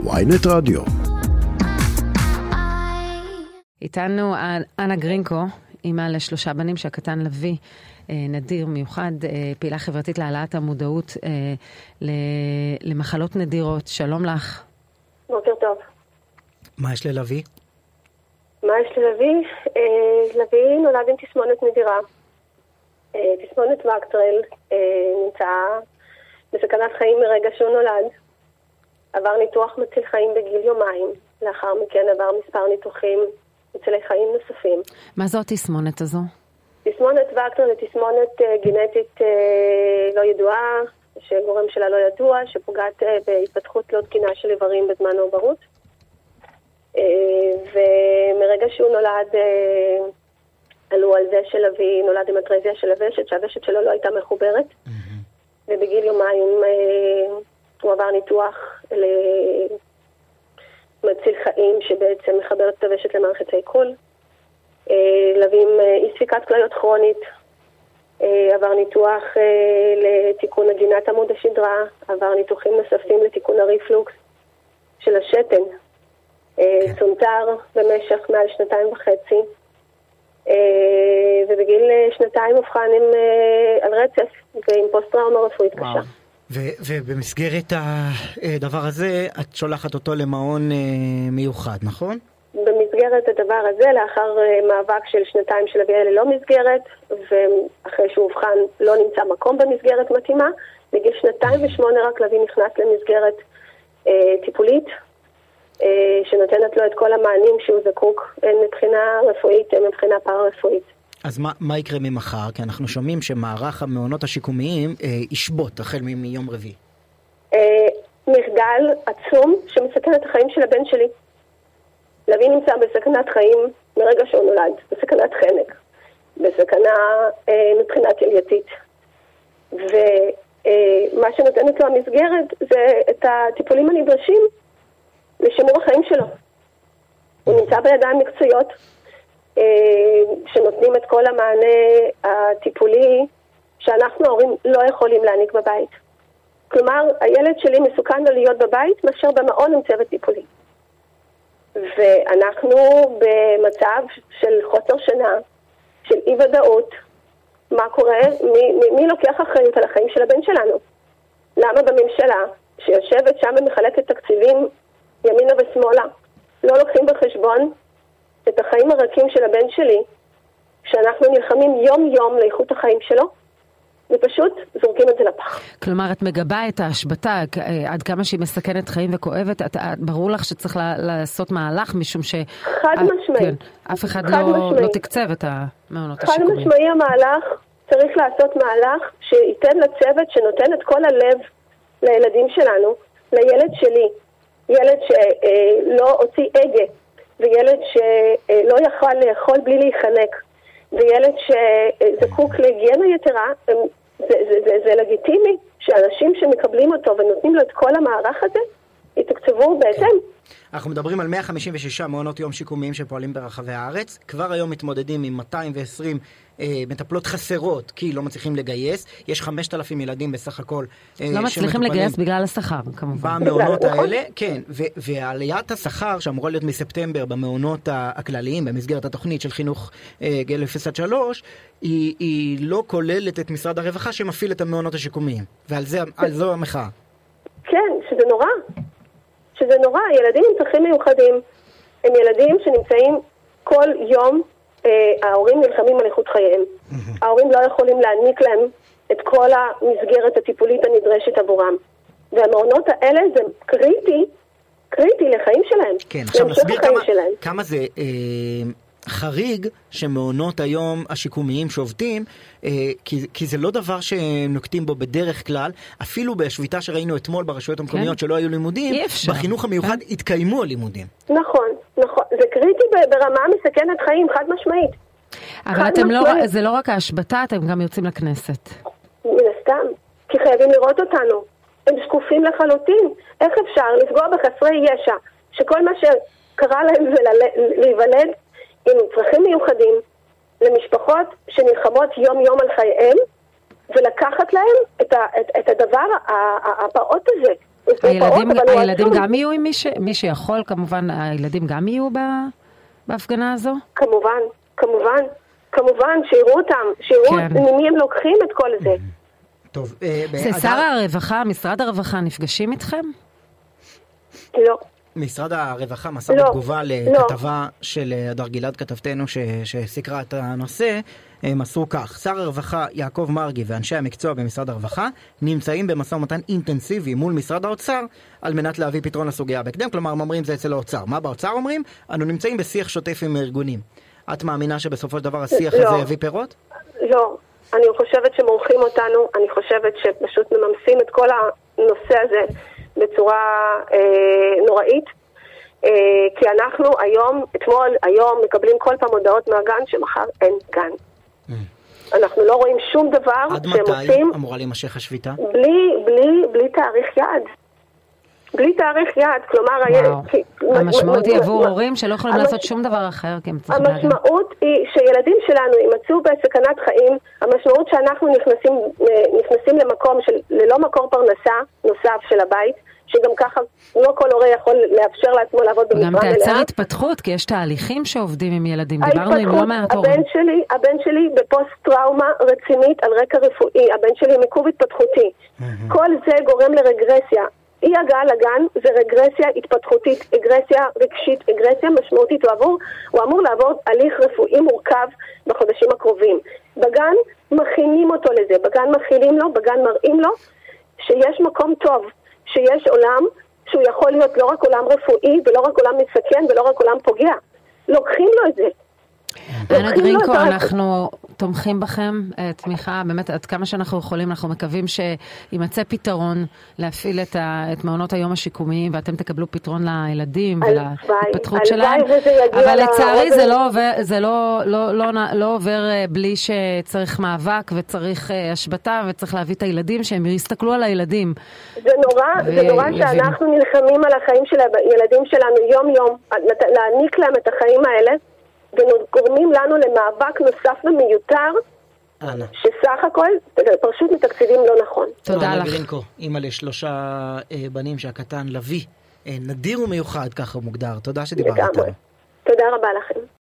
ynet רדיו. איתנו אנה גרינקו, אימא ל3 בנים שהקטן לוי, נדיר מיוחד, פעילה חברתית להעלאת המודעות למחלות נדירות. שלום לך. בוקר טוב. מה יש ללוי? מה יש ללוי? לוי נולד עם תסמונת נדירה. תסמונת וקטרל, נמצא בסכנת חיים מרגע שהוא נולד. עבר ניתוח מציל חיים בגיל 2 ימים. לאחר מכן עבר מספר ניתוחים מצילי חיים נוספים. מה זו התסמונת הזו? תסמונת וקטרל היא תסמונת גנטית לא ידועה, שגורם שלה לא ידוע, שפוגעת בהתפתחות לא תקינה של איברים בזמן העוברות. ומרגע שהוא נולד, עלו על זה שלוי נולד עם אטרזיה של הוושט, שהוושט שלו לא הייתה מחוברת. ובגיל 2 ימים הוא עבר ניתוח מציל חיים שבעצם מחבר את הוושט למערכת העיכול. לוי עם אי ספיקת כליות כרונית, עבר ניתוח לתיקון עגינת עמוד השדרה, עבר ניתוחים נוספים לתיקון הריפלוקס של השתן, צונתר במשך מעל 2.5 ובגיל 2 אובחן על רצף ועם פוסט-טראומה רפואית קשה. ובמסגרת הדבר הזה את שולחת אותו למעון מיוחד, נכון? במסגרת הדבר הזה, לאחר מאבק של 2 של לוי ללא מסגרת, ואחרי שהוא אובחן לא נמצא מקום במסגרת מתאימה, בגיל 2.8 רק לוי נכנס למסגרת טיפולית, שנותנת לו את כל המענים שהוא זקוק, הן מבחינה רפואית, הן מבחינה פארה-רפואית. אז מה יקרה ממחר? כי אנחנו שומעים שמערך המעונות השיקומיים ישבות החל מיום רביעי. מחדל עצום שמסכן את החיים של הבן שלי. לוי נמצא בסכנת חיים מרגע שהוא נולד, בסכנת חנק, בסכנה מבחינת ילייתית. ומה שנותנת לו המסגרת זה את הטיפולים הנדרשים לשימור החיים שלו. הוא נמצא בידיים מקצועיות שנותנים את כל המענה הטיפולי שאנחנו ההורים לא יכולים להעניק בבית. כלומר, הילד שלי מסוכן לו להיות בבית מאשר במעון עם צוות טיפולי. ואנחנו במצב של חוסר שינה, של אי ודאות, מה קורה, מי לוקח אחריות על החיים של הבן שלנו? למה בממשלה שיושבת שם ומחלקת תקציבים ימינה ושמאלה, לא לוקחים בחשבון את החיים הרכים של הבן שלי, שאנחנו נלחמים יום יום לאיכות החיים שלו, ופשוט זורקים את זה לפח. כלומר, את מגבה את ההשבתה, עד כמה שהיא מסכנת חיים וכואבת, ברור לך שצריך לעשות מהלך, משום ש... חד משמעי. כן, אף אחד לא תקצב את המעונות השיקומיים. חד משמעי המהלך, צריך לעשות מהלך שייתן לצוות שנותן את כל הלב לילדים שלנו, לילד שלי, ילד שלא הוציא אגה, וילד שלא יכל לאכול בלי להיחנק, וילד שזקוק להיגיינה יתרה, זה לגיטימי שאנשים שמקבלים אותו ונותנים לו את כל המערך הזה, יתקצבו בהתאם. אנחנו מדברים על 156 מעונות יום שיקומיים שפועלים ברחבי הארץ. כבר היום מתמודדים עם 220 מטפלות חסרות, כי לא מצליחים לגייס. יש 5,000 ילדים בסך הכל. לא מצליחים לגייס בגלל השכר, כמובן. במעונות האלה, כן. ועליית השכר שאמורה להיות מספטמבר במעונות הכלליים, במסגרת התוכנית של חינוך גיל 0-3, היא לא כוללת את משרד הרווחה שמפעיל את המעונות השיקומיים. ועל זו המחאה. כן, שזה נורא. שזה נורא, ילדים עם צרכים מיוחדים, הם ילדים שנמצאים כל יום, ההורים נלחמים על איכות חייהם. ההורים לא יכולים להעניק להם את כל המסגרת הטיפולית הנדרשת עבורם. והמעונות האלה זה קריטי לחיים שלהם. כן, עכשיו נסביר כמה זה חריג שמעונות היום השיקומיים שעובדים, כי זה לא דבר שנוקטים בו בדרך כלל, אפילו בשביתה שראינו אתמול ברשויות המקומיות שלא היו לימודים, בחינוך המיוחד התקיימו הלימודים. נכון, זה קריטי ברמה מסכנת חיים, חד משמעית. אבל זה לא רק ההשבתה, אתם גם יוצאים לכנסת. מן הסתם, כי חייבים לראות אותנו. הם שקופים לחלוטין. איך אפשר לפגוע בחסרי ישע, שכל מה שקרה להם זה להיוולד עם צרכים מיוחדים, למשפחות שנלחמות יום יום על חייהם, ולקחת להם את הדבר הפעוט הזה, הילדים גם יהיו עם מי שיכול, כמובן, הילדים גם יהיו בהפגנה הזו? כמובן, שיראו אותם, שיראו ממי הם לוקחים את כל זה. טוב, זה שר הרווחה, משרד הרווחה נפגשים איתכם? לא. משרד הרווחה מסר בתגובה לכתבה של הדר גלעד, כתבתנו שסיקרה את הנושא, מסרו כך: שר הרווחה יעקב מרגי ואנשי המקצוע במשרד הרווחה נמצאים במשא ומתן אינטנסיבי מול משרד האוצר על מנת להביא פתרון לסוגיה בהקדם. כלומר, אומרים זה אצל האוצר. מה באוצר אומרים? אנו נמצאים בשיח שוטף עם ארגונים. את מאמינה שבסופו של דבר השיח הזה יביא פירות? לא. אני חושבת שמורחים אותנו, אני חושבת שפשוט מממסים את כל הנושא הזה בצורה נוראית, כי אנחנו היום מקבלים כל פעם הודעות מהגן שמחר אין גן. אנחנו לא רואים שום דבר שהם עושים. עד מתי אמורה להימשך השביתה? בלי תאריך יעד. בלי תאריך יעד, כלומר... המשמעות היא עבור הורים שלא יכולים לעשות שום דבר אחר. המשמעות היא שילדים שלנו יימצאו בסכנת חיים, המשמעות שאנחנו נכנסים למקום ללא מקור פרנסה נוסף של הבית, שגם ככה לא כל הורה יכול לאפשר לעצמו לעבוד במשרה מלאה. גם תייצר התפתחות, כי יש תהליכים שעובדים עם ילדים. דיברנו עם לא מעט הורים. הבן שלי בפוסט טראומה רצינית על רקע רפואי, הבן שלי עם עיכוב התפתחותי. כל זה גורם לרגרסיה. אי הגעה לגן זה רגרסיה התפתחותית, רגרסיה רגשית, רגרסיה משמעותית. הוא אמור לעבור הליך רפואי מורכב בחודשים הקרובים. בגן מכינים אותו לזה, בגן מכינים לו, בגן מראים לו שיש מקום טוב, שיש עולם שהוא יכול להיות לא רק עולם רפואי ולא רק עולם מסכן ולא רק עולם פוגע. לוקחים לו את זה. אנה גרינקו, אנחנו תומכים בכם, תמיכה, באמת עד כמה שאנחנו יכולים, אנחנו מקווים שימצא פתרון להפעיל את מעונות היום השיקומיים, ואתם תקבלו פתרון לילדים ולהתפתחות שלהם, אבל לצערי זה לא עובר בלי שצריך מאבק וצריך השבתה וצריך להביא את הילדים שהם יסתכלו על הילדים. זה נורא שאנחנו נלחמים על החיים של הילדים שלנו יום יום, להעניק להם את החיים האלה, וגורמים לנו למאבק נוסף ומיותר, שסך הכל פשוט מתקציבים לא נכון. תודה לך. אנה גרינקו, אמא ל3 בנים שהקטן לוי, נדיר ומיוחד, ככה מוגדר. תודה שדיברת איתנו. תודה רבה לכם.